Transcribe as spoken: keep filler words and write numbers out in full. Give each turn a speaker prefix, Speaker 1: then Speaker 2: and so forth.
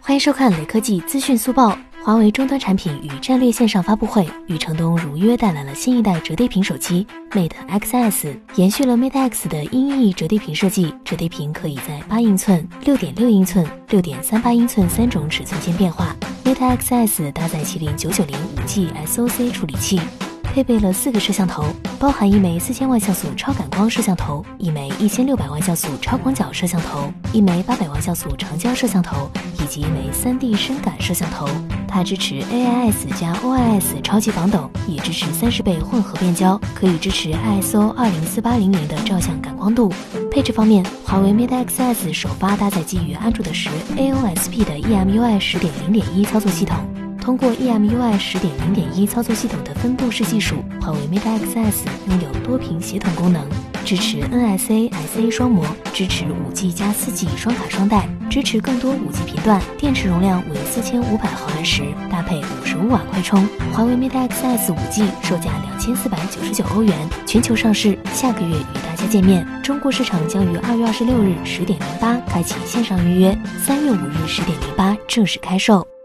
Speaker 1: 欢迎收看雷科技资讯速报。华为终端产品与战略线上发布会，与程东如约带来了新一代折叠屏手机 Mate X S， 延续了 Mate X 的音译折叠屏设计，折叠屏可以在八英寸、六点六英寸、六点三八英寸三种尺寸间变化。Mate X S 搭载麒麟九九零五 G S O C 处理器，配备了四个摄像头，包含一枚四千万像素超感光摄像头，一枚一千六百万像素超广角摄像头，一枚八百万像素长焦摄像头，以及一枚 三 D 深感摄像头。它支持 A I S 加 O I S 超级防抖，也支持三十倍混合变焦，可以支持 I S O 二零四八零零的照相感光度。配置方面，华为 Mate X S 首发搭载基于安卓的十 A O S P 的 E M U I 十点零点一操作系统。通过 E M U I 十点零点一操作系统的分布式技术，华为 Mate X S 拥有多屏协同功能，支持 N S A S A 双模，支持 五 G 加 四 G 双卡双待，支持更多 五 G 频段，电池容量为四千五百毫安时，搭配五十五瓦快充。华为 Mate X S 五 G 售价两千四百九十九欧元，全球上市，下个月与大家见面。中国市场将于二月二十六日十点零八开启线上预约，三月五日十点零八正式开售。